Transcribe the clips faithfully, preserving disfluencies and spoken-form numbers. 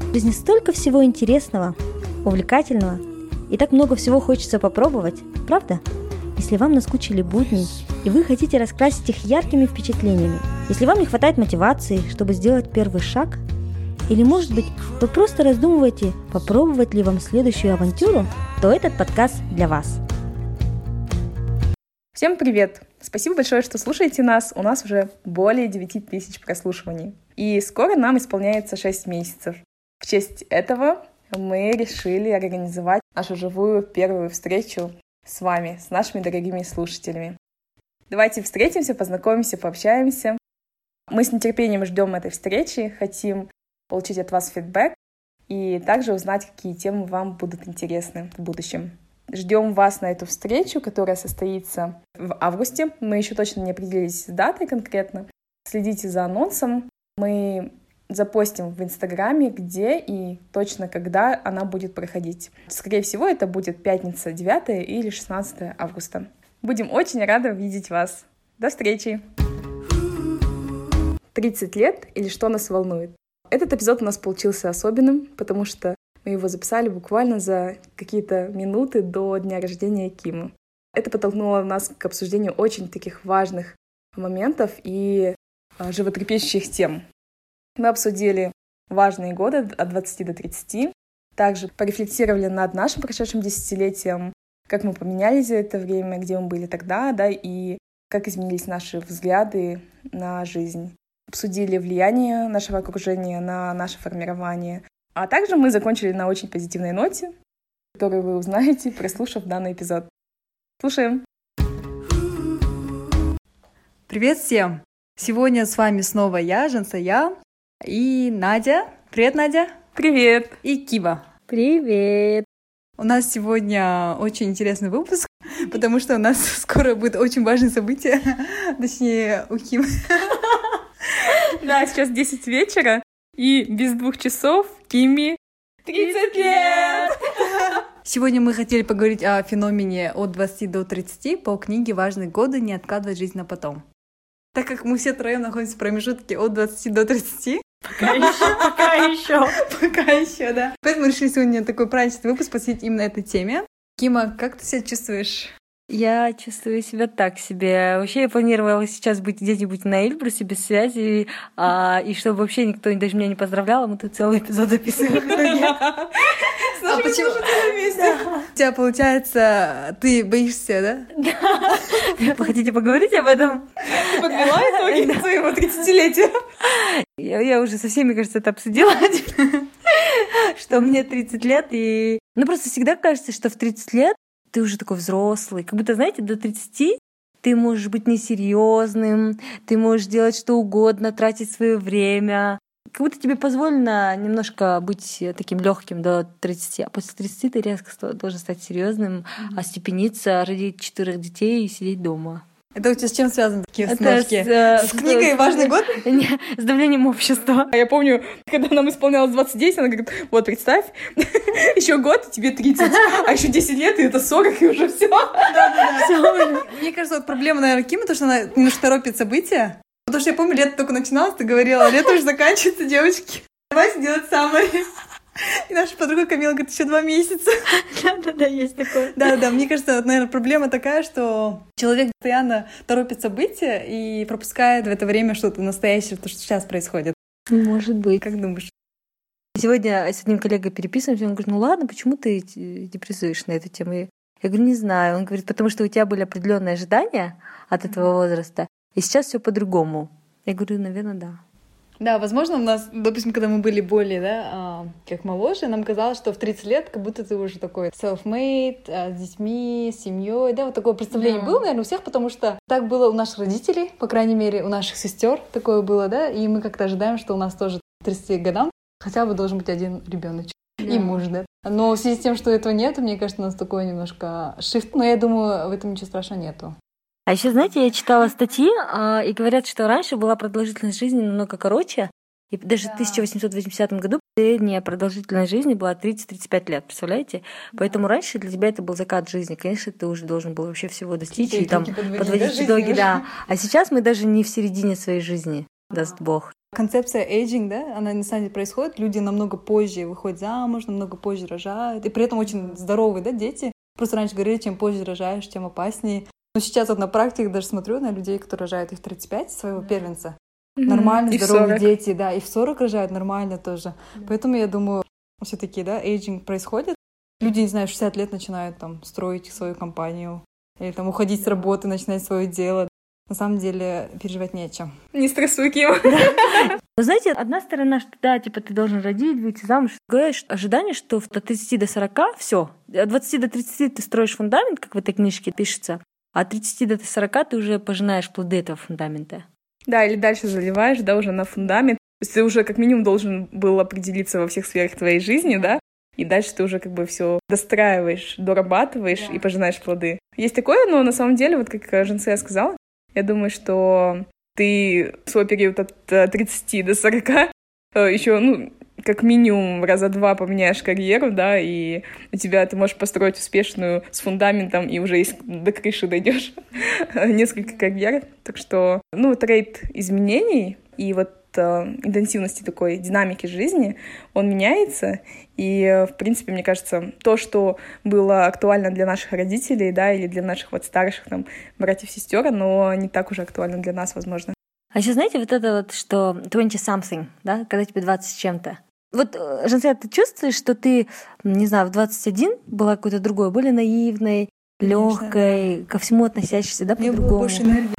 В жизни столько всего интересного, увлекательного, и так много всего хочется попробовать, правда? Если вам наскучили будни, и вы хотите раскрасить их яркими впечатлениями, если вам не хватает мотивации, чтобы сделать первый шаг, или, может быть, вы просто раздумываете, попробовать ли вам следующую авантюру, то этот подкаст для вас. Всем привет! Спасибо большое, что слушаете нас. У нас уже более девять тысяч прослушиваний. И скоро нам исполняется шесть месяцев. В честь этого мы решили организовать нашу живую первую встречу с вами, с нашими дорогими слушателями. Давайте встретимся, познакомимся, пообщаемся. Мы с нетерпением ждем этой встречи, хотим получить от вас фидбэк и также узнать, какие темы вам будут интересны в будущем. Ждем вас на эту встречу, которая состоится в августе. Мы еще точно не определились с датой конкретно. Следите за анонсом. Мы запостим в Инстаграме, где и точно когда она будет проходить. Скорее всего, это будет пятница девятое или шестнадцатое августа. Будем очень рады видеть вас. До встречи! тридцать лет или что нас волнует? Этот эпизод у нас получился особенным, потому что мы его записали буквально за какие-то минуты до дня рождения Кимы. Это подтолкнуло нас к обсуждению очень таких важных моментов и животрепещущих тем. Мы обсудили важные годы от двадцати до тридцати, также порефлексировали над нашим прошедшим десятилетием, как мы поменялись за это время, где мы были тогда, да, и как изменились наши взгляды на жизнь. Обсудили влияние нашего окружения на наше формирование. А также мы закончили на очень позитивной ноте, которую вы узнаете, прослушав данный эпизод. Слушаем! Привет всем! Сегодня с вами снова я, Жансая, и Надя. Привет, Надя! Привет! И Кима. Привет! У нас сегодня очень интересный выпуск, потому что у нас скоро будет очень важное событие, точнее, у Кимы. Да, сейчас десять вечера, и без двух часов Киме тридцать лет! Сегодня мы хотели поговорить о феномене от двадцати до тридцати по книге «Важные годы. Не откладывать жизнь на потом». Так как мы все трое находимся в промежутке от двадцати до тридцати. Пока еще, пока еще. Пока еще, да. Поэтому мы решили сегодня такой праздничный выпуск посвятить именно этой теме. Кима, как ты себя чувствуешь? Я чувствую себя так себе. Вообще я планировала сейчас быть где-нибудь на Эльбрусе без связи, а, и чтобы вообще никто даже меня не поздравлял, мы тут целый эпизод записываем в итоге. С нашими слушателями вместе. У тебя, получается, ты боишься, да? Да. Вы хотите поговорить об этом? Ты подвела итоги своего тридцатилетия? Я, я уже со всеми, кажется, это обсудила, что мне тридцать лет, и... Ну, просто всегда кажется, что в тридцать лет ты уже такой взрослый. Как будто, знаете, до тридцати ты можешь быть несерьезным, ты можешь делать что угодно, тратить свое время. Как будто тебе позволено немножко быть таким легким до тридцати, а после тридцати ты резко должен стать серьезным, mm-hmm. остепениться, родить четырех детей и сидеть дома. Это у тебя с чем связаны такие Это установки? С, э, с книгой «Важный год»? Не, с давлением общества. Я помню, когда нам исполнялось двадцать девять, она говорит, вот представь, еще год, и тебе тридцать, а еще десять лет, и это сорок, и уже все. Мне кажется, вот проблема, наверное, Кимы, то, что она немножко торопит события. Потому что я помню, лето только начиналось, ты говорила, лето уже заканчивается, девочки. Давайте делать саммари. И наша подруга Камила говорит, еще два месяца. Да-да-да, есть такое. Да-да, мне кажется, вот, наверное, проблема такая, что человек постоянно торопит события и пропускает в это время что-то настоящее, то, что сейчас происходит. Может быть. Как думаешь? Сегодня с одним коллегой переписываемся, он говорит, ну ладно, почему ты депрессуешь на эту тему? Я говорю, не знаю. Он говорит, потому что у тебя были определенные ожидания от этого возраста, и сейчас все по-другому. Я говорю, наверное, да. Да, возможно, у нас, допустим, когда мы были более, да, как моложе, нам казалось, что в тридцать лет как будто ты уже такой self-made, с детьми, с семьей, да, вот такое представление yeah. было, наверное, у всех, потому что так было у наших родителей, по крайней мере, у наших сестер такое было, да, и мы как-то ожидаем, что у нас тоже к тридцати годам хотя бы должен быть один ребеночек yeah. и муж, да. Но в связи с тем, что этого нет, мне кажется, у нас такой немножко шифт, но я думаю, в этом ничего страшного нету. А еще, знаете, я читала статьи, а, и говорят, что раньше была продолжительность жизни намного короче, и даже да. в тысяча восемьсот восьмидесятом году средняя продолжительность жизни была тридцать-тридцать пять лет, представляете? Да. Поэтому раньше для тебя это был закат жизни. Конечно, ты уже должен был вообще всего достичь и там подводить итоги, да. А сейчас мы даже не в середине своей жизни, даст Бог. Концепция aging, да, она на самом деле происходит, люди намного позже выходят замуж, намного позже рожают, и при этом очень здоровые, да, дети. Просто раньше говорили, чем позже рожаешь, тем опаснее. Но сейчас вот на практике даже смотрю на людей, которые рожают и в тридцать пять своего первенца. Mm-hmm. Нормально, здоровые дети, да, и в сорок рожают нормально тоже. Mm-hmm. Поэтому я думаю, все-таки, да, эйджинг происходит. Люди, не знаю, в шестьдесят лет начинают там строить свою компанию или там уходить с работы, начинать свое дело. На самом деле переживать не о чем. Не стрессуй, Ким. Вы знаете, одна сторона, что да, типа ты должен родить, выйти замуж. Другое ожидание, что от тридцати до сорока все. От двадцати до тридцати ты строишь фундамент, как в этой книжке пишется, а от тридцати до сорока ты уже пожинаешь плоды этого фундамента. Да, или дальше заливаешь, да, уже на фундамент. То есть ты уже как минимум должен был определиться во всех сферах твоей жизни, да, и дальше ты уже как бы все достраиваешь, дорабатываешь да. и пожинаешь плоды. Есть такое, но на самом деле, вот как Жансея сказала, я думаю, что ты свой период от тридцати до сорока еще, ну, как минимум раза два поменяешь карьеру, да, и у тебя ты можешь построить успешную с фундаментом, и уже если до крыши дойдешь несколько карьер. Так что, ну, трейд изменений и вот интенсивности такой динамики жизни, он меняется, и, в принципе, мне кажется, то, что было актуально для наших родителей, да, или для наших вот старших там братьев-сестер, оно не так уже актуально для нас, возможно. А еще знаете, вот это вот, что twenty-something, да, когда тебе двадцать с чем-то. Вот, Жансея, ты чувствуешь, что ты, не знаю, в двадцать один была какой-то другой, более наивной, легкой, ко всему относящейся, да, по-другому? Мне было больше энергии.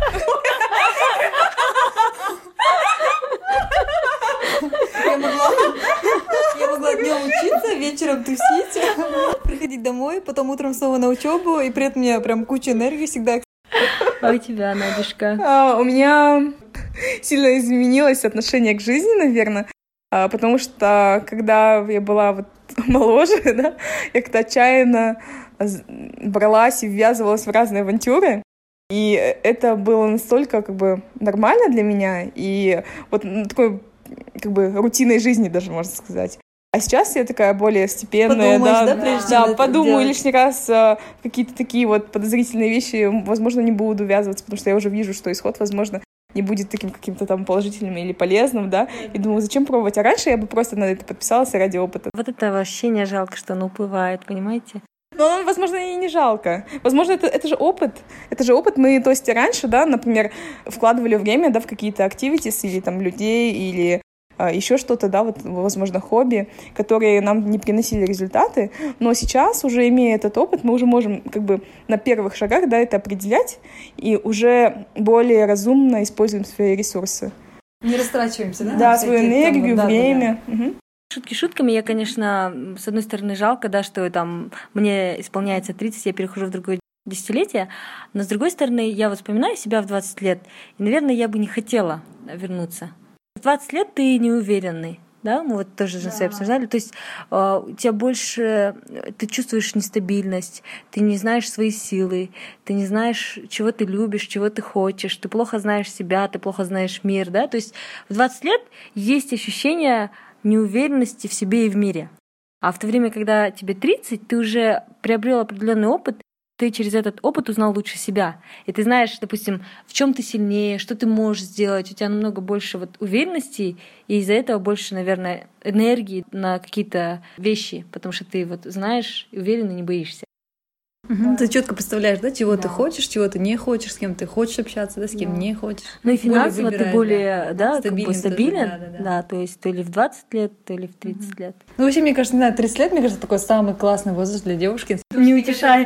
Я могла днем учиться, вечером тусить, приходить домой, потом утром снова на учебу, и при этом у меня прям куча энергии всегда. А у тебя, Надюшка? А, у меня сильно изменилось отношение к жизни, наверное, а, потому что когда я была вот моложе, да, я как-то отчаянно бралась и ввязывалась в разные авантюры. И это было настолько как бы нормально для меня, и вот такой как бы рутиной жизни даже, можно сказать. А сейчас я такая более степенная, Подумаешь, да, да, прежде да, чем подумаю делать. лишний раз а, какие-то такие вот подозрительные вещи, возможно, не буду ввязываться, потому что я уже вижу, что исход, возможно, не будет таким каким-то там положительным или полезным, да, и думаю, зачем пробовать, а раньше я бы просто на это подписалась ради опыта. Вот это ощущение жалко, что оно уплывает, понимаете? Но, возможно, и не жалко. Возможно, это, это же опыт. Это же опыт. Мы, то есть, раньше, да, например, вкладывали время, да, в какие-то активитис или там людей, или а, еще что-то, да, вот, возможно, хобби, которые нам не приносили результаты. Но сейчас, уже имея этот опыт, мы уже можем как бы на первых шагах, да, это определять и уже более разумно используем свои ресурсы. Не растрачиваемся, да? Да, свою энергию, там, да, время. Да, да. Угу. Шутки шутками, я, конечно, с одной стороны, жалко, да, что там мне исполняется тридцать, я перехожу в другое десятилетие, но с другой стороны, я вот вспоминаю себя в двадцать лет, и, наверное, я бы не хотела вернуться. В двадцать лет ты неуверенный, да, мы вот тоже же да. обсуждали, то есть э, у тебя больше, ты чувствуешь нестабильность, ты не знаешь свои силы, ты не знаешь, чего ты любишь, чего ты хочешь, ты плохо знаешь себя, ты плохо знаешь мир, да, то есть в двадцать лет есть ощущение неуверенности в себе и в мире. А в то время, когда тебе тридцать, ты уже приобрел определенный опыт, ты через этот опыт узнал лучше себя. И ты знаешь, допустим, в чем ты сильнее, что ты можешь сделать, у тебя намного больше вот уверенности, и из-за этого больше, наверное, энергии на какие-то вещи, потому что ты вот знаешь и уверен, и не боишься. Угу. Ты четко представляешь, да, чего да. ты хочешь, чего ты не хочешь, с кем ты хочешь общаться, да, с кем да. не хочешь. Ну и финансово ты более, да, да, стабилен, как бы стабилен, да, да, да. да, то есть то ли в двадцать лет, то ли в тридцать угу. лет. Ну вообще, мне кажется, не знаю, тридцать лет, мне кажется, такой самый классный возраст для девушки. Не утешай.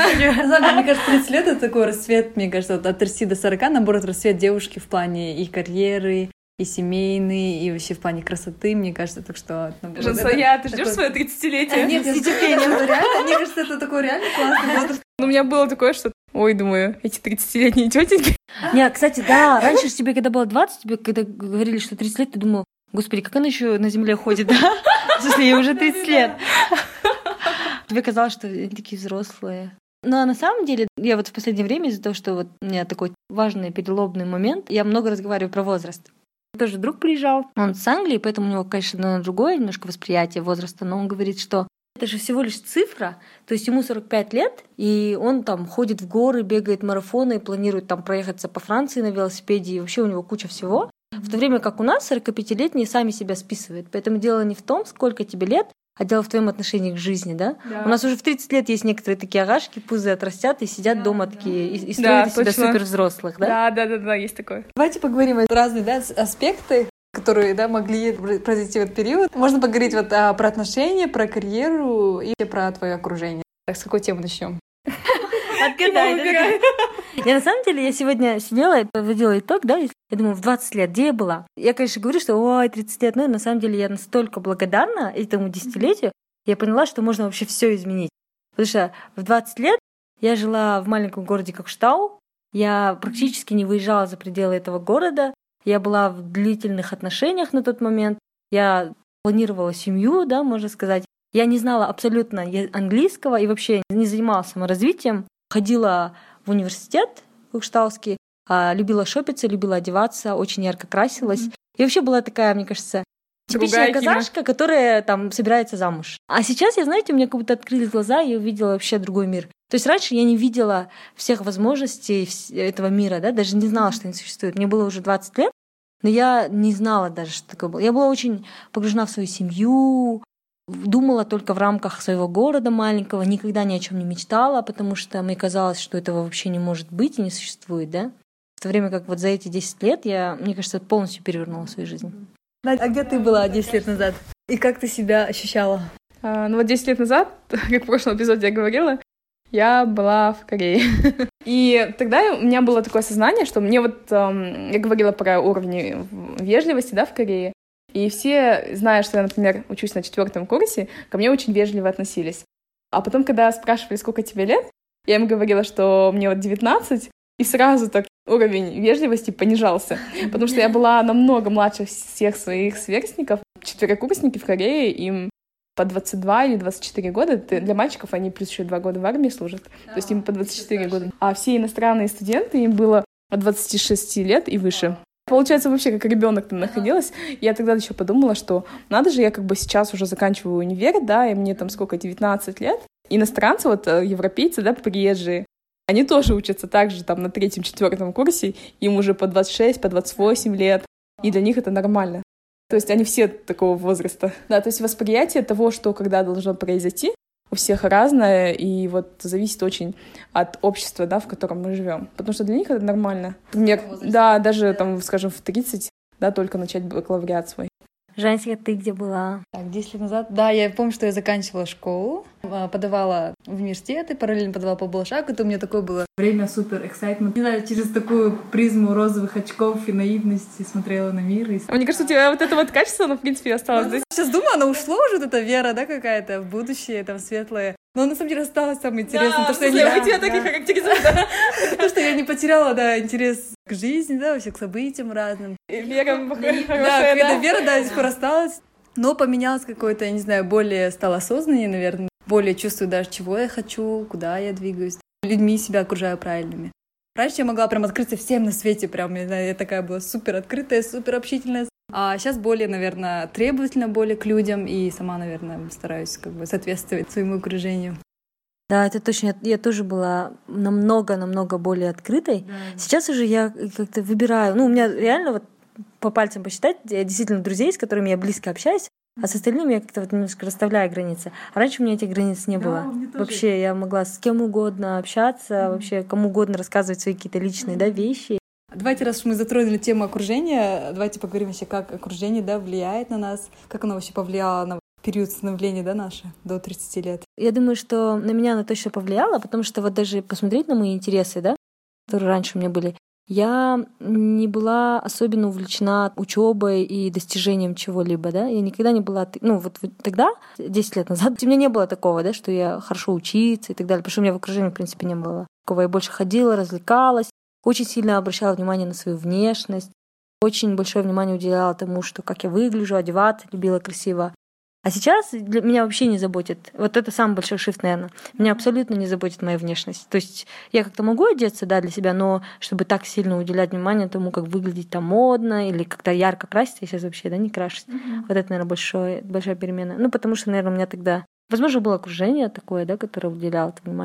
Мне кажется, тридцать лет — это такой расцвет, мне кажется, от тридцати до сорока, наоборот, расцвет девушки в плане и карьеры, и семейный, и вообще в плане красоты, мне кажется, так что... Жансея, ты ждешь свое тридцатилетие? Нет, с нетерпением, реально, мне кажется, это такой реально классный возраст. У меня было такое, что, ой, думаю, эти тридцатилетние тетеньки. Не, кстати, да, раньше тебе, когда было двадцать, тебе когда говорили, что тридцать лет, ты думал, господи, как она еще на земле ходит, да? В смысле, ей уже тридцать лет. Тебе казалось, что они такие взрослые. Но на самом деле, я вот в последнее время из-за того, что вот у меня такой важный переломный момент, я много разговариваю про возраст. Тоже друг приезжал, он с Англии, поэтому у него, конечно, другое немножко восприятие возраста, но он говорит, что это же всего лишь цифра, то есть ему сорок пять лет, и он там ходит в горы, бегает марафоны, планирует там проехаться по Франции на велосипеде, и вообще у него куча всего. В то время как у нас сорокапятилетние сами себя списывают. Поэтому дело не в том, сколько тебе лет, а дело в твоем отношении к жизни, да? Да. У нас уже в тридцать лет есть некоторые такие агашки, пузы отрастят и сидят Да, дома да. такие и, и строят Да, из себя точно. супервзрослых, да? Да, да, да, да, есть такое. Давайте поговорим о разных, да, аспекты, которые, да, могли произойти в этот период. Можно поговорить вот а, про отношения, про карьеру и про твое окружение. Так, с какой темы начнем? Отгадай. Я на самом деле, я сегодня сидела и подводила итог, да, я думаю, в двадцать лет, где я была? Я, конечно, говорю, что ой, тридцать лет, но на самом деле я настолько благодарна этому десятилетию, я поняла, что можно вообще все изменить. Потому что в двадцать лет я жила в маленьком городе Кокштау, я практически не выезжала за пределы этого города, я была в длительных отношениях на тот момент, я планировала семью, да, можно сказать. Я не знала абсолютно английского и вообще не занималась саморазвитием. Ходила в университет кокштауский, любила шопиться, любила одеваться, очень ярко красилась. Mm-hmm. И вообще была такая, мне кажется, типичная Другая казашка, Кима. Которая там собирается замуж. А сейчас, я, знаете, у меня как будто открылись глаза, и я увидела вообще другой мир. То есть раньше я не видела всех возможностей этого мира, да, даже не знала, что они существуют. Мне было уже двадцать лет, но я не знала даже, что такое было. Я была очень погружена в свою семью, думала только в рамках своего города маленького, никогда ни о чем не мечтала, потому что мне казалось, что этого вообще не может быть и не существует, да. В то время как вот за эти десять лет я, мне кажется, полностью перевернула свою жизнь. Надя, а где ты была десять лет назад? И как ты себя ощущала? А, ну вот десять лет назад, как в прошлом эпизоде я говорила, я была в Корее. И тогда у меня было такое сознание, что мне вот... Эм, я говорила про уровни вежливости, да, в Корее. И все, зная, что я, например, учусь на четвертом курсе, ко мне очень вежливо относились. А потом, когда спрашивали, сколько тебе лет, я им говорила, что мне вот девятнадцать, и сразу так уровень вежливости понижался. Потому что я была намного младше всех своих сверстников. Четверокурсники в Корее, им по двадцать два или двадцать четыре года. Для мальчиков они плюс еще два года в армии служат. То есть им по двадцать четыре года. А все иностранные студенты, им было от двадцати шести лет и выше. Получается, вообще как ребенок там находилась. Я тогда еще подумала, что надо же, я как бы сейчас уже заканчиваю универ, да, и мне там сколько, девятнадцать лет. Иностранцы, вот европейцы, да, приезжие, они тоже учатся так же там на третьем-четвертом курсе, им уже по двадцать шесть, по двадцать восемь лет, и для них это нормально. То есть они все такого возраста. Да, то есть восприятие того, что когда должно произойти, у всех разное, и вот зависит очень от общества, да, в котором мы живем. Потому что для них это нормально. Например, да, даже там, скажем, в тридцать, да, только начать бакалавриат свой. Женька, ты где была? Так, десять лет назад. Да, я помню, что я заканчивала школу, подавала в университет и параллельно подавала по Балшаку. Это у меня такое было время супер эксайтмент. Не знаю, через такую призму розовых очков и наивности смотрела на мир. И... Мне кажется, у тебя вот это вот качество, оно, в принципе, осталось. Ну, сейчас думаю, оно ушло уже, вот эта вера, да, какая-то в будущее, там, светлое. Но на самом деле осталось самое интересное. Да, то, что я не... да, тебя таких характеризуют, да. То, что я не потеряла, да, интерес к жизни, да, вообще к событиям разным. И вера хорошая, Да, да. какая-то вера, да, до сих пор осталась. Но поменялось какое-то, я не знаю, более стало осознаннее, наверное. Более чувствую даже, чего я хочу, куда я двигаюсь. Людьми себя окружаю правильными. Раньше я могла прям открыться всем на свете, прям, я, знаю, я такая была супер открытая, супер общительная. А сейчас более, наверное, требовательна более к людям, и сама, наверное, стараюсь как бы соответствовать своему окружению. Да, это точно. Я, я тоже была намного-намного более открытой. Да. Сейчас уже я как-то выбираю. Ну, у меня реально вот по пальцам посчитать, я действительно друзей, с которыми я близко общаюсь, а с остальными я как-то вот немножко расставляю границы. А раньше у меня этих границ не было. Да, вообще я могла с кем угодно общаться, mm-hmm. вообще кому угодно рассказывать свои какие-то личные mm-hmm. да, вещи. Давайте, раз уж мы затронули тему окружения, давайте поговорим вообще, как окружение, да, влияет на нас, как оно вообще повлияло на период становления, да, наше, до тридцати лет. Я думаю, что на меня оно точно повлияло, потому что вот даже посмотреть на мои интересы, да, которые раньше у меня были, я не была особенно увлечена учебой и достижением чего-либо, да. Я никогда не была, ну вот тогда, десять лет назад, у меня не было такого, да, что я хорошо учиться и так далее, потому что у меня в окружении, в принципе, не было такого. Я больше ходила, развлекалась, очень сильно обращала внимание на свою внешность, очень большое внимание уделяла тому, что как я выгляжу, одеваться, любила красиво. А сейчас для меня вообще не заботит. Вот это самый большой шифт, наверное. Меня абсолютно не заботит моя внешность. То есть я как-то могу одеться, да, для себя, но чтобы так сильно уделять внимание тому, как выглядеть там модно или как-то ярко краситься, я сейчас вообще, да, не крашусь. Mm-hmm. Вот это, наверное, большое, большая перемена. Ну, потому что, наверное, у меня тогда, возможно, было окружение такое, да, которое уделяло это внимание.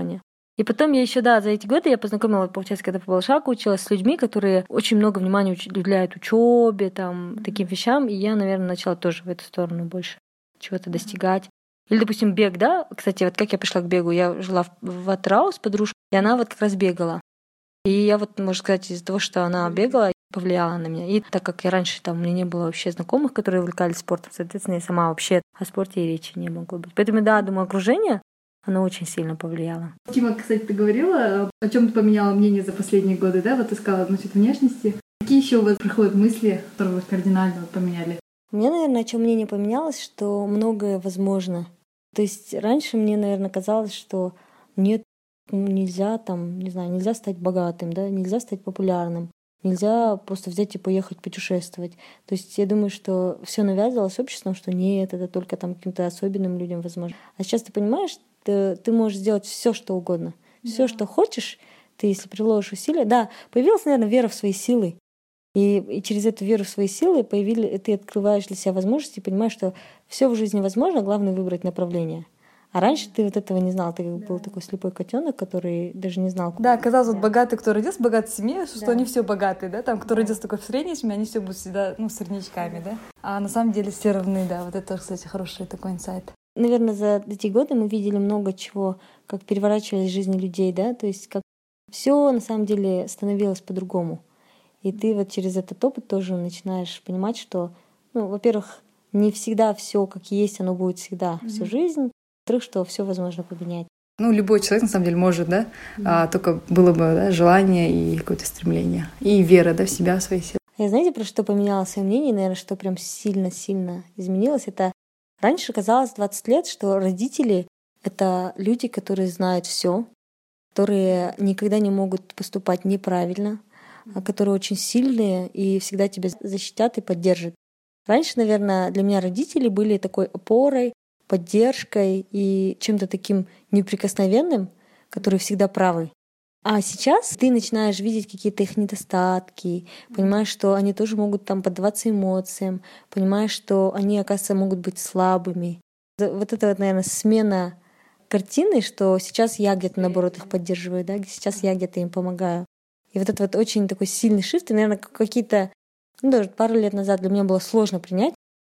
И потом я еще, да, за эти годы я познакомилась, получается, когда по Балшаку училась, с людьми, которые очень много внимания уделяют учебе, там, таким вещам. И я, наверное, начала тоже в эту сторону больше чего-то достигать. Или, допустим, бег, да? Кстати, вот как я пришла к бегу, я жила в, в Атрау с подружкой, и она вот как раз бегала. И я вот, можно сказать, из-за того, что она бегала, повлияла на меня. И так как я раньше, там, у меня не было вообще знакомых, которые увлекались спортом, соответственно, я сама вообще о спорте и речи не могла быть. Поэтому, да, думаю, окружение, оно очень сильно повлияло. Тима, кстати, ты говорила, о чем ты поменяла мнение за последние годы, да? Вот ты сказала насчет внешности. Какие еще у вас приходят мысли, которые вы кардинально поменяли? У меня, наверное, о чем мнение поменялось, что многое возможно. То есть раньше мне, наверное, казалось, что нет, нельзя там, не знаю, нельзя стать богатым, да, нельзя стать популярным, нельзя просто взять и поехать путешествовать. То есть я думаю, что все навязывалось обществом, что нет, это только там каким-то особенным людям возможно. А сейчас ты понимаешь, ты, ты можешь сделать все, что угодно, все, что хочешь, ты если приложишь усилия. Да, появилась, наверное, вера в свои силы. И, и через эту веру в свои силы появили, ты открываешь для себя возможности и понимаешь, что все в жизни возможно, главное выбрать направление. А раньше ты вот этого не знал, ты как да. был такой слепой котенок, который даже не знал. Да, казалось, да. вот богатый, кто родился в богатой семье, что да. они все богатые, да, там, кто да. родился такой в средней семье, они все будут всегда, ну, среднячками, да. А на самом деле все равны, да, вот это, кстати, хороший такой инсайт. Наверное, за эти годы мы видели много чего, как переворачивались жизни людей, да, то есть как все на самом деле становилось по-другому. И ты вот через этот опыт тоже начинаешь понимать, что, ну, во-первых, не всегда все как есть, оно будет всегда mm-hmm. всю жизнь. Во-вторых, что все возможно поменять. Ну, любой человек, на самом деле, может, да? Mm-hmm. А, только было бы да, желание и какое-то стремление. И вера, да, в себя, в свои силы. Я знаете, про что поменяла свое мнение? Наверное, что прям сильно-сильно изменилось? Это раньше казалось двадцать лет, что родители — это люди, которые знают все, которые никогда не могут поступать неправильно, которые очень сильные и всегда тебя защитят и поддержат. Раньше, наверное, для меня родители были такой опорой, поддержкой и чем-то таким неприкосновенным, которые всегда правы. А сейчас ты начинаешь видеть какие-то их недостатки, понимаешь, что они тоже могут там поддаваться эмоциям, понимаешь, что они, оказывается, могут быть слабыми. Вот это вот, наверное, смена картины, что сейчас я где-то, наоборот, их поддерживаю, да, сейчас я где-то им помогаю. И вот это вот очень такой сильный шифт, и, наверное, какие-то, ну, даже пару лет назад для меня было сложно принять.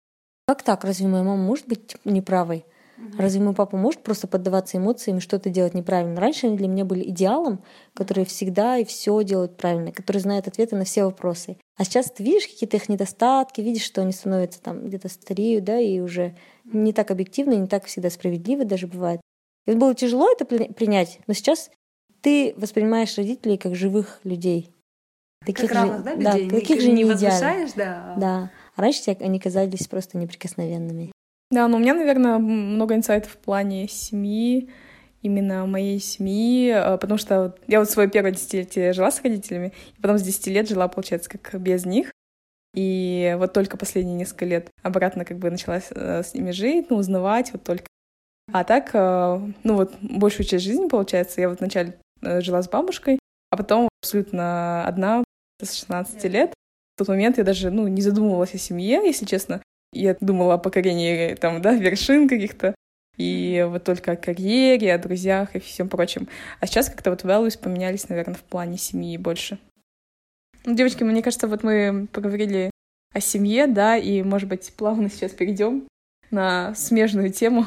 Как так? Разве моя мама может быть неправой? Разве мой папа может просто поддаваться эмоциям и что-то делать неправильно? Раньше они для меня были идеалом, которые всегда и все делают правильно, которые знают ответы на все вопросы. А сейчас ты видишь какие-то их недостатки, видишь, что они становятся там где-то стареют, да, и уже не так объективны, не так всегда справедливы даже бывает. И было тяжело это принять, но сейчас ты воспринимаешь родителей как живых людей. Таких как равных, да, людей? Да, таких же не не возвышаешь, да? Да. А раньше они казались просто неприкосновенными. Да, но у меня, наверное, много инсайтов в плане семьи, именно моей семьи, потому что я вот свое первое десятилетие жила с родителями, и потом с десяти лет жила, получается, как без них. И вот только последние несколько лет обратно как бы начала с ними жить, ну, узнавать вот только. А так, ну вот большую часть жизни, получается, я вот вначале жила с бабушкой, а потом абсолютно одна с шестнадцати лет. В тот момент я даже, ну, не задумывалась о семье, если честно. Я думала о покорении, там, да, вершин каких-то, и вот только о карьере, о друзьях и всем прочем. А сейчас как-то вот values поменялись, наверное, в плане семьи больше. Ну, девочки, мне кажется, вот мы поговорили о семье, да, и, может быть, плавно сейчас перейдем на смежную тему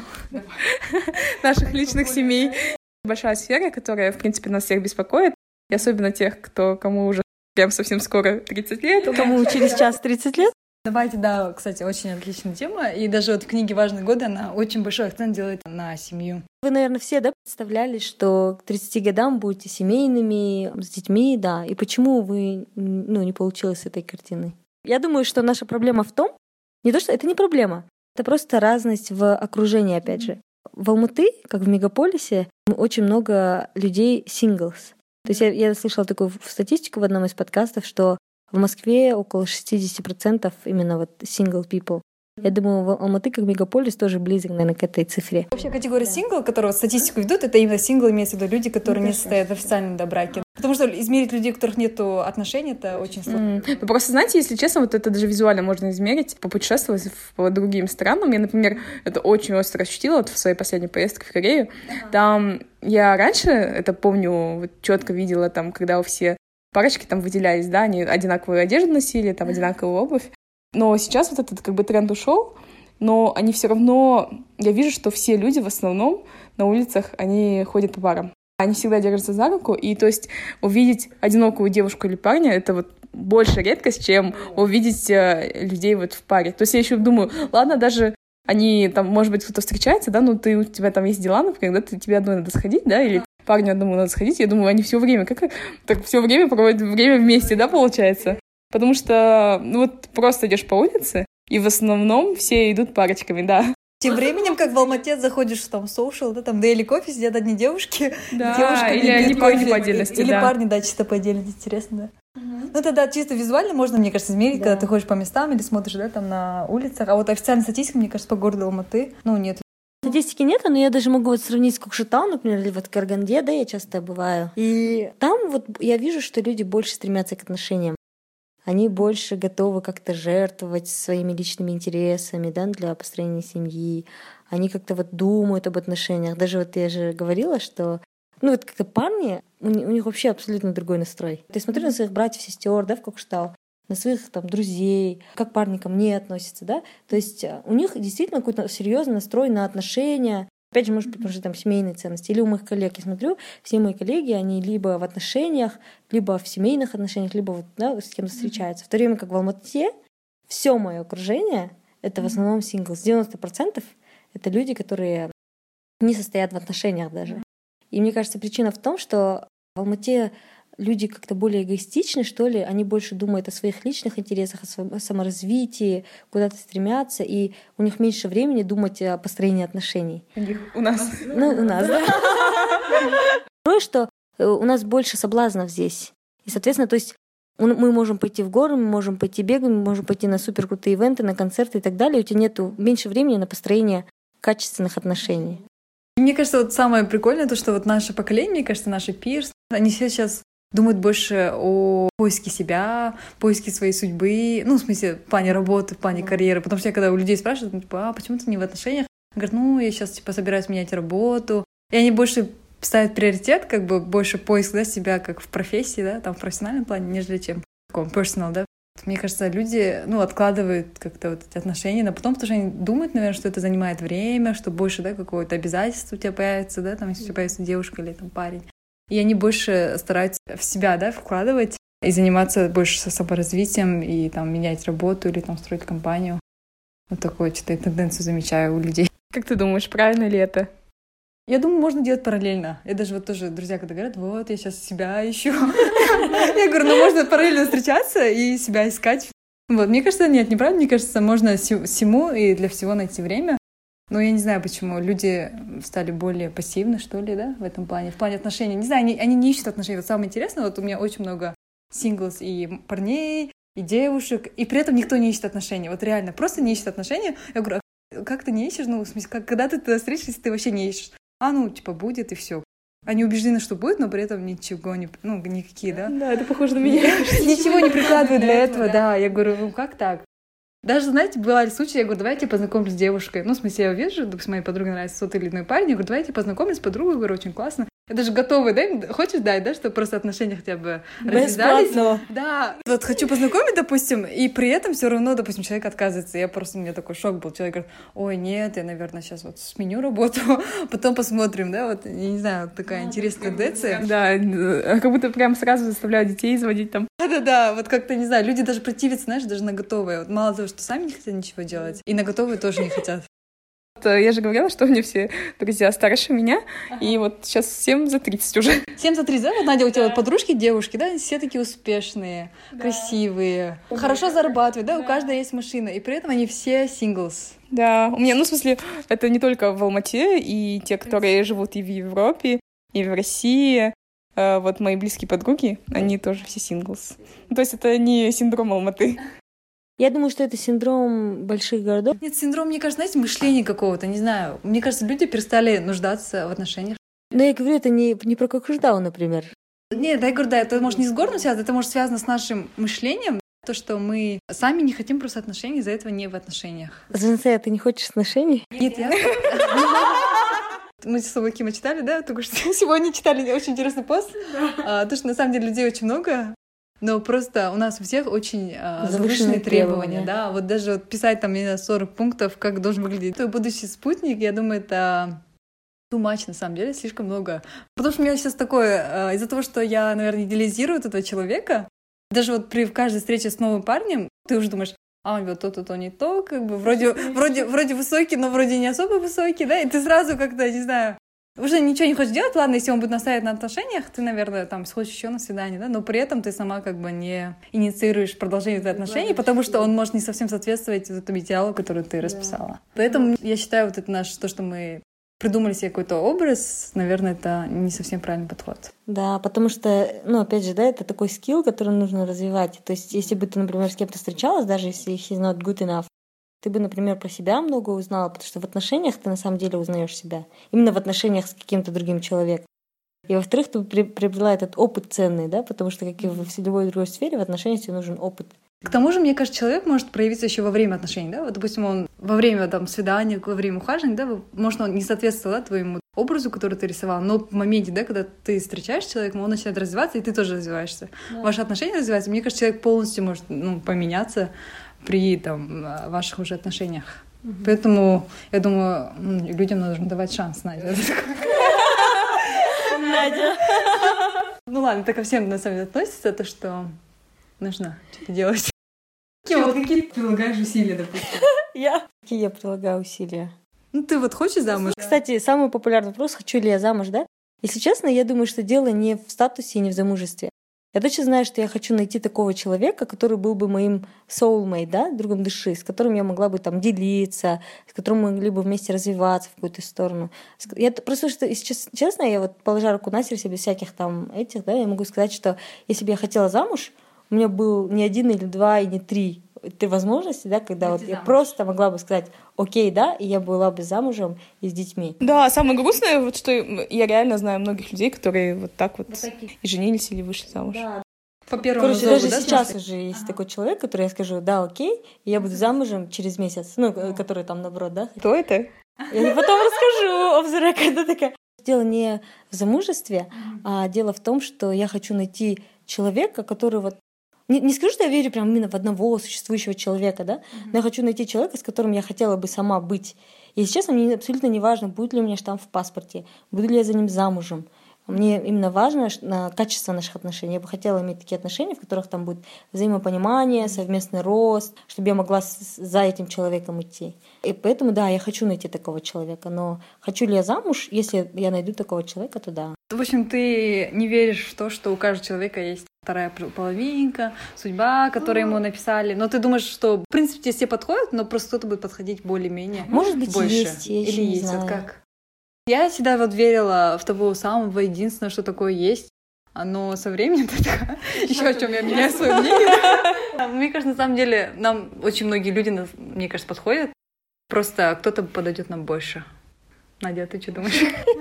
наших личных семей. Большая сфера, которая, в принципе, нас всех беспокоит, и особенно тех, кто, кому уже прям совсем скоро тридцать лет. Кому через час тридцать лет? Давайте, да, кстати, очень отличная тема. И даже вот в книге «Важные годы» она очень большой акцент делает на семью. Вы, наверное, все, да, представляли, что к тридцати годам будете семейными, с детьми, да. И почему вы, ну, не получилось с этой картины? Я думаю, что наша проблема в том, не то, что это не проблема, это просто разность в окружении, опять же. В Алматы, как в мегаполисе, очень много людей singles. То есть я, я слышала такую статистику в одном из подкастов, что в Москве около шестьдесят процентов именно вот single people. Я думаю, Алматы как мегаполис тоже близок, наверное, к этой цифре. Вообще категория сингл, которую статистику ведут, это именно сингл, имеется в виду люди, которые ну, не состоят в официальном да, браке. Потому что измерить людей, у которых нет отношений, это очень сложно. Mm. Ну, просто, знаете, если честно, вот это даже визуально можно измерить, попутешествовать по другим странам. Я, например, это очень остро ощутила вот в своей последней поездке в Корею. Uh-huh. Там я раньше, это помню, вот четко видела, там, когда все парочки там выделялись, да, они одинаковую одежду носили, там, одинаковую обувь. Но сейчас вот этот как бы тренд ушел, но они все равно... Я вижу, что все люди в основном на улицах, они ходят по парам. Они всегда держатся за руку, и то есть увидеть одинокую девушку или парня — это вот больше редкость, чем увидеть э, людей вот в паре. То есть я еще думаю, ладно, даже они там, может быть, кто-то встречается, да, ну ты, у тебя там есть дела, например, да, ты, тебе одной надо сходить, да, или парню одному надо сходить. Я думаю, они все время, как так все время проводят время вместе, да, получается? Потому что, ну вот просто идешь по улице, и в основном все идут парочками, да. Тем временем, как в Алмате заходишь там в соушал, да, там дейли кофе, сидят одни девушки, да, девушка или они парни по отдельности, или да. парни, да, чисто по отдельности, интересно, да. Uh-huh. Ну, тогда чисто визуально можно, мне кажется, измерить, да. Когда ты ходишь по местам или смотришь, да, там на улицах, а вот официальная статистика, мне кажется, по городу Алматы, ну, нет. Статистики нет, но я даже могу вот сравнить с Кокшетау, например, или вот Караганде, да, я часто бываю. И там вот я вижу, что люди больше стремятся к отношениям. Они больше готовы как-то жертвовать своими личными интересами, да, для построения семьи. Они как-то вот думают об отношениях. Даже вот я же говорила, что ну вот как-то парни, у них вообще абсолютно другой настрой. Я смотрю на своих братьев, сестер, да, в Кокшетау, на своих там друзей, как парни ко мне относятся, да. То есть у них действительно какой-то серьезный настрой на отношения. Опять же, может быть, потому что там семейные ценности. Или у моих коллег, я смотрю, все мои коллеги, они либо в отношениях, либо в семейных отношениях, либо вот, да, с кем-то встречаются. В то время как в Алмате все мое окружение — это в основном синглс. девяносто процентов это люди, которые не состоят в отношениях даже. И мне кажется, причина в том, что в Алмате люди как-то более эгоистичны, что ли, они больше думают о своих личных интересах, о своем саморазвитии, куда-то стремятся, и у них меньше времени думать о построении отношений. У них, у нас. Ну, у нас, да. Второе, что у нас больше соблазнов здесь. И, соответственно, то есть мы можем пойти в горы, мы можем пойти бегать, мы можем пойти на суперкрутые ивенты, на концерты и так далее. У тебя нету меньше времени на построение качественных отношений. Мне кажется, вот самое прикольное то, что вот наше поколение, мне кажется, наши пирс, они все сейчас думают больше о поиске себя, поиске своей судьбы, ну, в смысле, в плане работы, в плане карьеры. Потому что я когда у людей спрашиваю, ну, типа, а почему ты не в отношениях? Говорят, ну, я сейчас, типа, собираюсь менять работу. И они больше ставят приоритет, как бы, больше поиск, да, себя как в профессии, да, там, в профессиональном плане, нежели чем в таком personal, да. Мне кажется, люди, ну, откладывают как-то вот эти отношения, но потом, потому что они думают, наверное, что это занимает время, что больше, да, какое-то обязательство у тебя появится, да, там, если у тебя появится девушка или там парень. И они больше стараются в себя, да, вкладывать и заниматься больше саморазвитием и там менять работу или там строить компанию. Вот такую что-то тенденцию замечаю у людей. Как ты думаешь, правильно ли это? Я думаю, можно делать параллельно. Я даже вот тоже, друзья, когда говорят, вот, я сейчас себя ищу. Я говорю, ну можно параллельно встречаться и себя искать. Вот, мне кажется, нет, неправда. Мне кажется, можно всему и для всего найти время. Но я не знаю, почему люди стали более пассивны, что ли, да, в этом плане, в плане отношений. Не знаю, они, они не ищут отношений. Вот самое интересное, вот у меня очень много синглс и парней, и девушек, и при этом никто не ищет отношений. Вот реально, просто не ищет отношения. Я говорю, а как ты не ищешь? Ну, в смысле, как, когда ты туда встретишься, если ты вообще не ищешь? А, ну, типа, будет, и все. Они убеждены, что будет, но при этом ничего не... Ну, никакие, да? Да, это похоже на меня. Ничего не прикладывают для этого, да. Я говорю, ну, как так? Даже, знаете, бывали случаи, я говорю, давайте познакомлюсь с девушкой. Ну, в смысле, я вижу, допустим, моей подруге нравится тот или иной парень, я говорю, давайте познакомлюсь с подругой, говорю, очень классно. Я даже готова, да, хочешь дать, да, чтобы просто отношения хотя бы развязались. Да, вот хочу познакомить, допустим, и при этом все равно, допустим, человек отказывается. Я просто, у меня такой шок был. Человек говорит, ой, нет, я, наверное, сейчас вот сменю работу, потом посмотрим, да, вот, я не знаю, такая интересная тенденция. Да, как будто прям сразу заставляют детей изводить там. Да-да-да, вот как-то, не знаю, люди даже противятся, знаешь, даже на готовые. Вот мало того, что сами не хотят ничего делать, и на готовые тоже не хотят. Я же говорила, что у меня все друзья старше меня, ага. И вот сейчас всем за тридцать уже. Всем за тридцать, да? Вот, Надя, у тебя да. Вот подружки, девушки, да, все такие успешные, да. Красивые, да. Хорошо зарабатывают, да? Да, у каждой есть машина, и при этом они все синглс. Да, у меня, ну, в смысле, это не только в Алмате, и те, которые живут и в Европе, и в России, вот мои близкие подруги, они тоже все синглс. То есть это не синдром Алматы. Я думаю, что это синдром больших городов. Нет, синдром, мне кажется, знаете, мышления какого-то, не знаю. Мне кажется, люди перестали нуждаться в отношениях. Но я говорю, это не, не про Кокшудау, например. Нет, да, я говорю, да, это может не с городом связано, это может связано с нашим мышлением. То, что мы сами не хотим просто отношений, из-за этого не в отношениях. Женсе, ты не хочешь отношений? Нет, я... Мы с собой Кима читали, да, только что сегодня читали очень интересный пост. А, то, что на самом деле людей очень много, но просто у нас у всех очень а, завышенные требования, требования, да. Вот даже вот писать там, не знаю, сорок пунктов, как должен выглядеть твой будущий спутник, я думаю, это too much, на самом деле, слишком много. Потому что у меня сейчас такое, а, из-за того, что я, наверное, идеализирую этого человека, даже вот при каждой встрече с новым парнем, ты уже думаешь, а он вот то-то, то не то, как бы вроде, вроде, вроде высокий, но вроде не особо высокий, да, и ты сразу как-то, не знаю, уже ничего не хочешь делать, ладно, если он будет настаивать на отношениях, ты, наверное, там сходишь еще на свидание, да, но при этом ты сама как бы не инициируешь продолжение этих отношений, потому что он может не совсем соответствовать этому идеалу, который ты расписала. Да. Поэтому я считаю, вот это наше, то, что мы придумали себе какой-то образ, наверное, это не совсем правильный подход. Да, потому что, ну, опять же, да, это такой скилл, который нужно развивать. То есть, если бы ты, например, с кем-то встречалась, даже если he's not good enough, ты бы, например, про себя много узнала, потому что в отношениях ты на самом деле узнаешь себя. Именно в отношениях с каким-то другим человеком. И, во-вторых, ты приобрела этот опыт ценный, да, потому что, как и в любой другой сфере, в отношениях тебе нужен опыт. К тому же, мне кажется, человек может проявиться еще во время отношений, да, вот, допустим, он во время там свидания, во время ухаживания, да, может, он не соответствовал, да, твоему образу, который ты рисовал, но в моменте, да, когда ты встречаешь человека, он начинает развиваться, и ты тоже развиваешься. Да. Ваши отношения развиваются, мне кажется, человек полностью может, ну, поменяться при там ваших уже отношениях. Угу. Поэтому, я думаю, людям нужно давать шанс, Надя. Надя. Ну ладно, это ко всем на самом деле относится, то, что нужно что-то делать. Вот какие ты прилагаешь усилия, допустим? Я? Какие я прилагаю усилия? Ну, ты вот хочешь замуж? Кстати, самый популярный вопрос, хочу ли я замуж, да? Если честно, я думаю, что дело не в статусе и не в замужестве. Я точно знаю, что я хочу найти такого человека, который был бы моим soulmate, да, другом души, с которым я могла бы там делиться, с которым мы могли бы вместе развиваться в какую-то сторону. Я просто, что, если честно, я вот, положа руку на сердце, без всяких там этих, да, я могу сказать, что если бы я хотела замуж, у меня был не один или два, и не три, три возможности, да, когда вот я просто могла бы сказать окей, да, и я была бы замужем и с детьми. Да, самое грустное, вот что я реально знаю многих людей, которые вот так вот, вот и женились или вышли замуж. Да. По первому Короче, зову, даже да, сейчас смысле? уже есть ага. такой человек, который я скажу, да, окей, и я буду замужем через месяц, ну, который там наоборот, да. Кто это? Я потом расскажу, off the record, такая. Дело не в замужестве, а дело в том, что я хочу найти человека, который вот Не, не скажу, что я верю прям именно в одного существующего человека, да, mm-hmm. но я хочу найти человека, с которым я хотела бы сама быть. И, если честно, мне абсолютно не важно, будет ли у меня штамп в паспорте, буду ли я за ним замужем. Мне именно важно качество наших отношений. Я бы хотела иметь такие отношения, в которых там будет взаимопонимание, совместный рост, чтобы я могла за этим человеком идти. И поэтому, да, я хочу найти такого человека, но хочу ли я замуж, если я найду такого человека, то да. В общем, ты не веришь в то, что у каждого человека есть вторая половинка, судьба, которую ему написали. Но ты думаешь, что, в принципе, тебе все подходят, но просто кто-то будет подходить более-менее. Может быть, больше. есть, я Или не есть, знаю. Вот как? Я всегда вот верила в того самого единственного, что такое есть. Но со временем еще о чем я меняю свое мнение. Мне кажется, на самом деле, нам очень многие люди, мне кажется, подходят. Просто кто-то подойдет нам больше. Надя, ты что думаешь?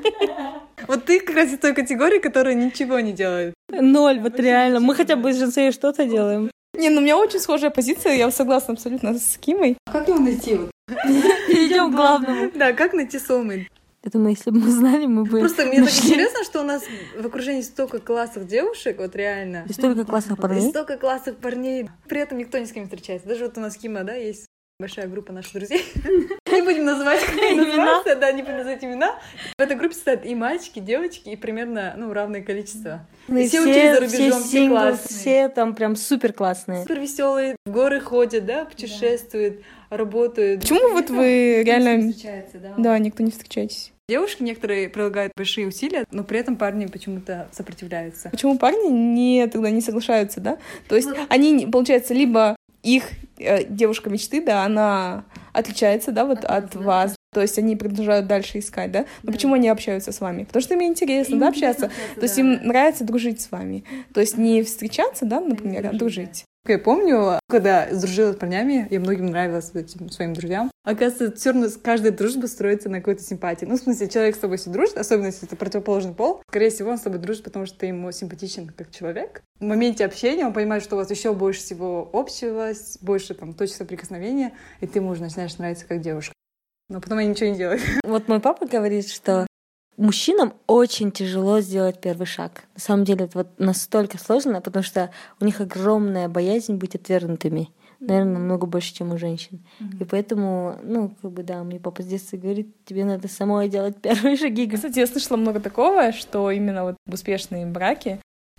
Вот ты как раз из той категории, которая ничего не делает. Ноль, вот реально. Мы хотя бы с Женсеей что-то делаем. Не, ну у меня очень схожая позиция, я согласна абсолютно с Кимой. А как его найти? Вот? Перейдем к главному. Да, как найти soulmate? Я думаю, если бы мы знали, мы бы... Просто мне так интересно, что у нас в окружении столько классных девушек, вот реально. И столько классных парней. И столько классных парней. При этом никто ни с кем не встречается. Даже вот у нас Кима, да, есть большая группа наших друзей. Не будем называть имена. Да, не будем называть имена. В этой группе состоят и мальчики, и девочки, и примерно, ну, равное количество. Все, все учились за рубежом, все, все классные. Все там прям супер классные. Супер веселые, в горы ходят, да, путешествуют, да. работают. Почему вот вы реально... Да. да, никто не встречаетесь? Девушки некоторые прилагают большие усилия, но при этом парни почему-то сопротивляются. Почему парни не, тогда не соглашаются, да? То есть ну, они, получается, либо их э, девушка мечты, да, она отличается, да, вот от, от вас. Да. То есть они продолжают дальше искать, да? Но да. почему они общаются с вами? Потому что им интересно, им да, общаться. общаться. То есть да. им нравится дружить с вами. То есть не встречаться, да, например, а дружить. Я помню, когда сдружилась с парнями, я многим нравилась этим своим друзьям. Оказывается, все равно каждая дружба строится на какой-то симпатии. Ну, в смысле, человек с тобой все дружит, особенно если это противоположный пол. Скорее всего, он с тобой дружит, потому что ты ему симпатичен как человек. В моменте общения он понимает, что у вас еще больше всего общего, больше там точек соприкосновения, и ты ему уже начинаешь нравиться как девушка. Но потом они ничего не делают. Вот мой папа говорит, что мужчинам очень тяжело сделать первый шаг. На самом деле это вот настолько сложно, потому что у них огромная боязнь быть отвергнутыми. Наверное, намного больше, чем у женщин. Mm-hmm. И поэтому, ну, как бы, да, мне папа с детства говорит, тебе надо самой делать первые шаги. Кстати, я слышала много такого, что именно вот успешные браки,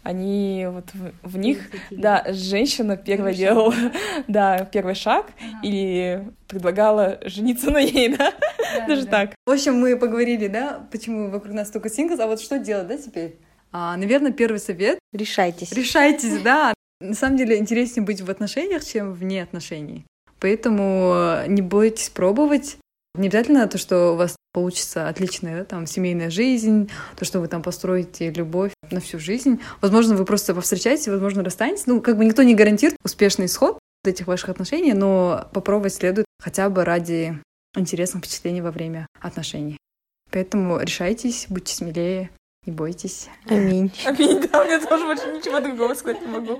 они вот в, в них, да, женщина первая первый делала, да, первый шаг, ага. или предлагала жениться на ней, да, да даже да. так. В общем, мы поговорили, да, почему вокруг нас столько синглс, а вот что делать, да, теперь? А, наверное, первый совет. Решайтесь. Решайтесь, да. На самом деле интереснее быть в отношениях, чем вне отношений. Поэтому не бойтесь пробовать. Не обязательно то, что у вас получится отличная, да, там, семейная жизнь, то, что вы там построите любовь на всю жизнь. Возможно, вы просто повстречаетесь, возможно, расстанетесь. Ну, как бы никто не гарантирует успешный исход этих ваших отношений, но попробовать следует хотя бы ради интересных впечатлений во время отношений. Поэтому решайтесь, будьте смелее, не бойтесь. Аминь. Аминь, да, у меня тоже больше ничего другого сказать не могу.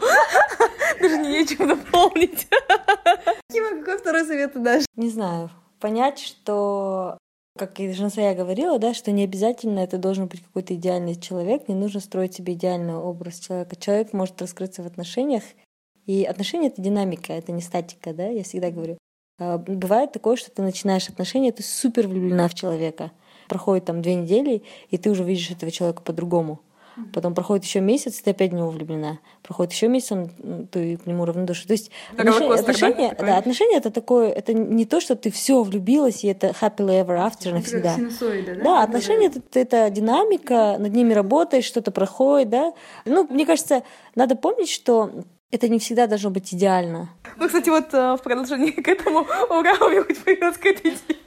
Даже нечего дополнить. Кима, какой второй совет ты дашь? Не знаю. Понять, что, как и Жансая говорила, да, что не обязательно это должен быть какой-то идеальный человек, не нужно строить себе идеальный образ человека. Человек может раскрыться в отношениях, и отношения — это динамика, это не статика, да, я всегда говорю. Бывает такое, что ты начинаешь отношения, ты супер влюблена в человека. Проходит там две недели, и ты уже видишь этого человека по-другому. Потом проходит еще месяц, ты опять в него влюблена. Проходит еще месяц, ты к нему равнодушна. То есть отношения, отношения, да, да, отношения это такое, это не то, что ты все влюбилась, и это happily ever after навсегда. Синусоида, да? Да, отношения это, это динамика, над ними работаешь, что-то проходит, да. Ну, мне кажется, надо помнить, что это не всегда должно быть идеально. Ну, кстати, вот в продолжении к этому, ура, у меня хоть появилась какая-то идея.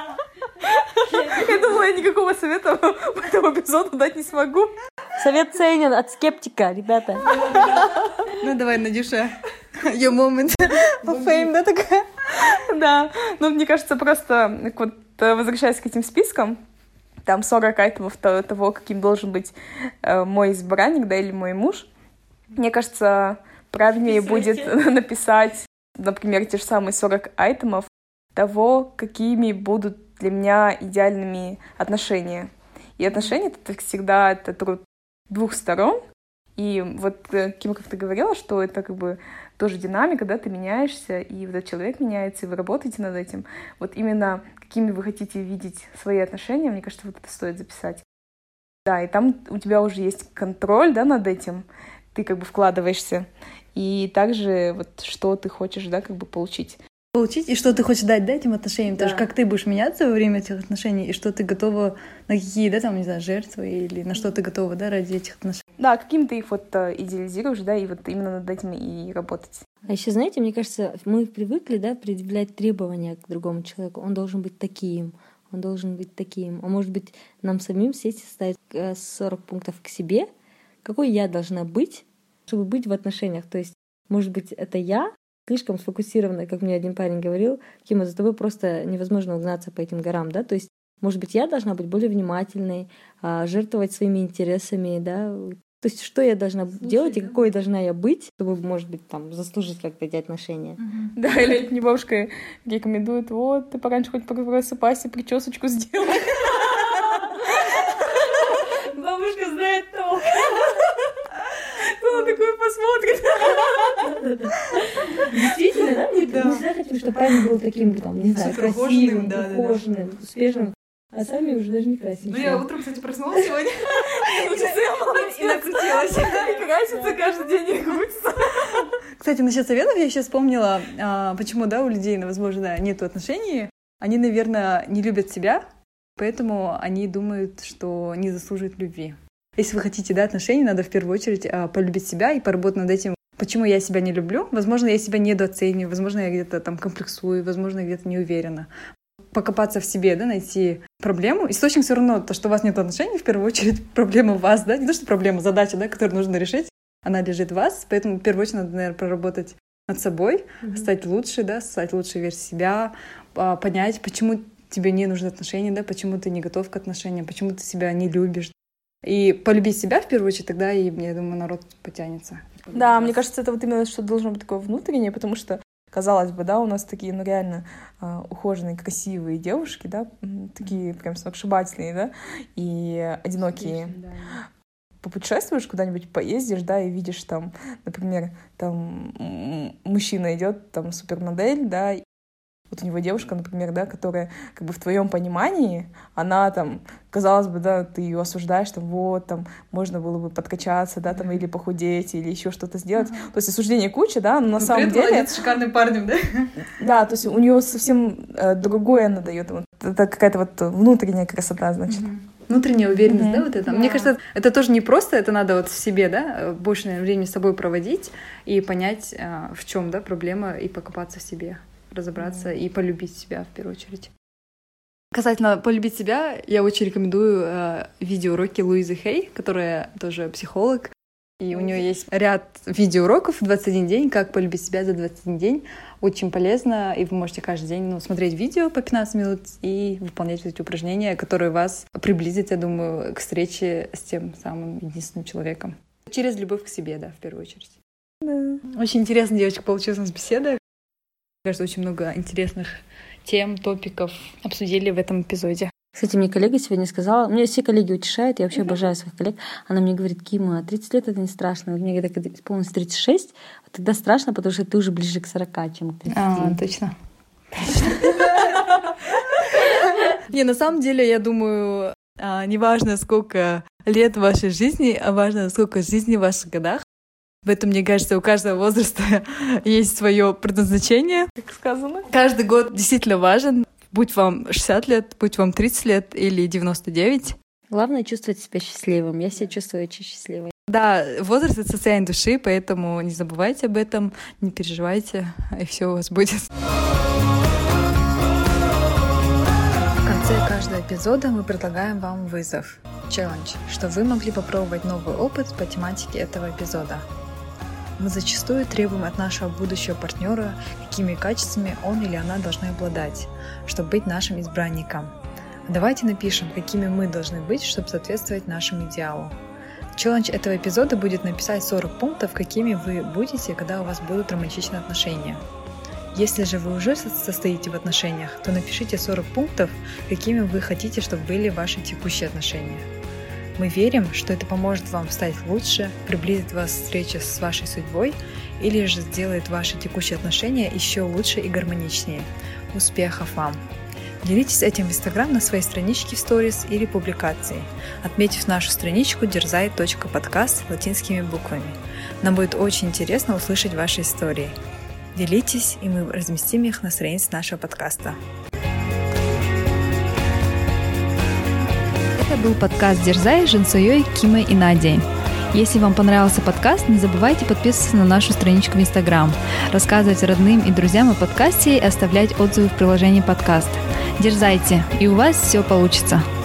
Я думала, я никакого совета в этом эпизоду дать не смогу. Совет ценен от скептика, ребята. Ну, давай, Надюша, your moment of fame, да, такая? Да, ну, мне кажется, просто вот возвращаясь к этим спискам, там сорок айтемов того, каким должен быть мой избранник, да, или мой муж, мне кажется, правильнее будет написать, например, те же самые сорок айтемов того, какими будут для меня идеальными отношения. И отношения — это всегда это труд двух сторон. И вот, Кима, как ты говорила, что это как бы тоже динамика, да, ты меняешься, и вот этот человек меняется, и вы работаете над этим. Вот именно какими вы хотите видеть свои отношения, мне кажется, вот это стоит записать. Да, и там у тебя уже есть контроль, да, над этим, ты как бы вкладываешься. И также вот что ты хочешь, да, как бы получить. Получить, и что ты хочешь дать, да, этим отношениям, да. Тоже как ты будешь меняться во время этих отношений, и что ты готова, на какие, да, там, не знаю, жертвы, или на что ты готова, да, ради этих отношений. Да, каким ты их вот идеализируешь, да, и вот именно над этим и работать. А еще, знаете, мне кажется, мы привыкли, да, предъявлять требования к другому человеку. Он должен быть таким, он должен быть таким. А может быть, нам самим сесть и ставить сорок пунктов к себе, какой я должна быть, чтобы быть в отношениях. То есть, может быть, это я слишком сфокусированная, как мне один парень говорил, Кима, за тобой просто невозможно угнаться по этим горам, да, то есть, может быть, я должна быть более внимательной, жертвовать своими интересами, да, то есть, что я должна Слушай, делать да? и какой должна я быть, чтобы, может быть, там, заслужить как-то эти отношения. Uh-huh. Да, или мне бабушка рекомендует, вот, ты пораньше хоть просыпайся, причесочку сделай. Бабушка знает толк. Кто такое посмотрит? Действительно, да? Мы всегда хотим, чтобы парень был таким, там, не знаю, красивым, ухоженным, успешным. А сами уже даже не красимся. Ну, я утром, кстати, проснулась сегодня. И накрутилась. И красится каждый день, и крутится. Кстати, насчет советов я сейчас вспомнила, почему, да, у людей, возможно, да, нету отношений. Они, наверное, не любят себя, поэтому они думают, что не заслуживают любви. Если вы хотите, да, отношений, надо в первую очередь полюбить себя и поработать над этим. Почему я себя не люблю? Возможно, я себя недооцениваю, возможно, я где-то там комплексую, возможно, я где-то не уверена. Покопаться в себе, да, найти проблему. Источник все равно, то, что у вас нет отношений, в первую очередь проблема в вас, да, не то, что проблема, задача, да, которую нужно решить, она лежит в вас, поэтому в первую очередь надо, наверное, проработать над собой, Mm-hmm. стать лучше, да, стать лучшей версией себя, понять, почему тебе не нужны отношения, да, почему ты не готов к отношениям, почему ты себя не любишь. И полюбить себя в первую очередь, тогда и, я думаю, народ потянется. Да, мне кажется, это вот именно что должно быть такое внутреннее, потому что, казалось бы, да, у нас такие, ну, реально э, ухоженные, красивые девушки, да, такие прям сногсшибательные, да, и одинокие. Конечно, да. Попутешествуешь куда-нибудь, поездишь, да, и видишь там, например, там мужчина идет, там супермодель, да, вот у него девушка, например, да, которая как бы в твоем понимании, она там, казалось бы, да, ты ее осуждаешь, там, вот, там, можно было бы подкачаться, да, там, или похудеть, или еще что-то сделать. Uh-huh. То есть осуждение куча, да, но на ну, самом деле... молодец, шикарным парнем, да? Да, то есть у нее совсем э, другое она дает. Вот, это какая-то вот внутренняя красота, значит. Uh-huh. Внутренняя уверенность, mm-hmm. да, вот это. Yeah. Мне кажется, это тоже не просто, это надо вот в себе, да, больше времени с собой проводить и понять, в чем, да, проблема, и покопаться в себе, разобраться mm-hmm. и полюбить себя в первую очередь. Касательно полюбить себя, я очень рекомендую э, видеоуроки Луизы Хей, которая тоже психолог. И у нее есть ряд видеоуроков двадцать один день, как полюбить себя за двадцать один день. Очень полезно, и вы можете каждый день ну, смотреть видео по пятнадцать минут и выполнять эти упражнения, которые вас приблизят, я думаю, к встрече с тем самым единственным человеком. Через любовь к себе, да, в первую очередь. Да. Очень интересно, девочка, получилась у нас беседа. Мне кажется, очень много интересных тем, топиков обсудили в этом эпизоде. Кстати, мне коллега сегодня сказала, меня все коллеги утешают, я вообще обожаю своих коллег. Она мне говорит: Кима, тридцать лет — это не страшно. Вот мне когда исполнилось тридцать шесть, тогда страшно, потому что ты уже ближе к сорока, чем к тридцати. А, точно. Не, на самом деле, я думаю, не важно, сколько лет в вашей жизни, а важно, сколько жизни в ваших годах. В этом, мне кажется, у каждого возраста есть свое предназначение. Как сказано. Каждый год действительно важен. Будь вам шестьдесят лет, будь вам тридцать лет или девяносто девять. Главное — чувствовать себя счастливым. Я себя чувствую очень счастливой. Да, возраст — это состояние души, поэтому не забывайте об этом, не переживайте, и все у вас будет. В конце каждого эпизода мы предлагаем вам вызов, челлендж, чтобы вы могли попробовать новый опыт по тематике этого эпизода. Мы зачастую требуем от нашего будущего партнера, какими качествами он или она должны обладать, чтобы быть нашим избранником. Давайте напишем, какими мы должны быть, чтобы соответствовать нашему идеалу. Челлендж этого эпизода будет написать сорок пунктов, какими вы будете, когда у вас будут романтичные отношения. Если же вы уже состоите в отношениях, то напишите сорок пунктов, какими вы хотите, чтобы были ваши текущие отношения. Мы верим, что это поможет вам стать лучше, приблизит вас к встрече с вашей судьбой или же сделает ваши текущие отношения еще лучше и гармоничнее. Успехов вам! Делитесь этим в Инстаграм на своей страничке в сторис или публикации, отметив нашу страничку дерзай точка подкаст латинскими буквами. Нам будет очень интересно услышать ваши истории. Делитесь, и мы разместим их на странице нашего подкаста. Это был подкаст «Дерзай» с Жансуей, Кимой и Надей. Если вам понравился подкаст, не забывайте подписываться на нашу страничку в Инстаграм, рассказывать родным и друзьям о подкасте и оставлять отзывы в приложении подкаст. Дерзайте, и у вас все получится!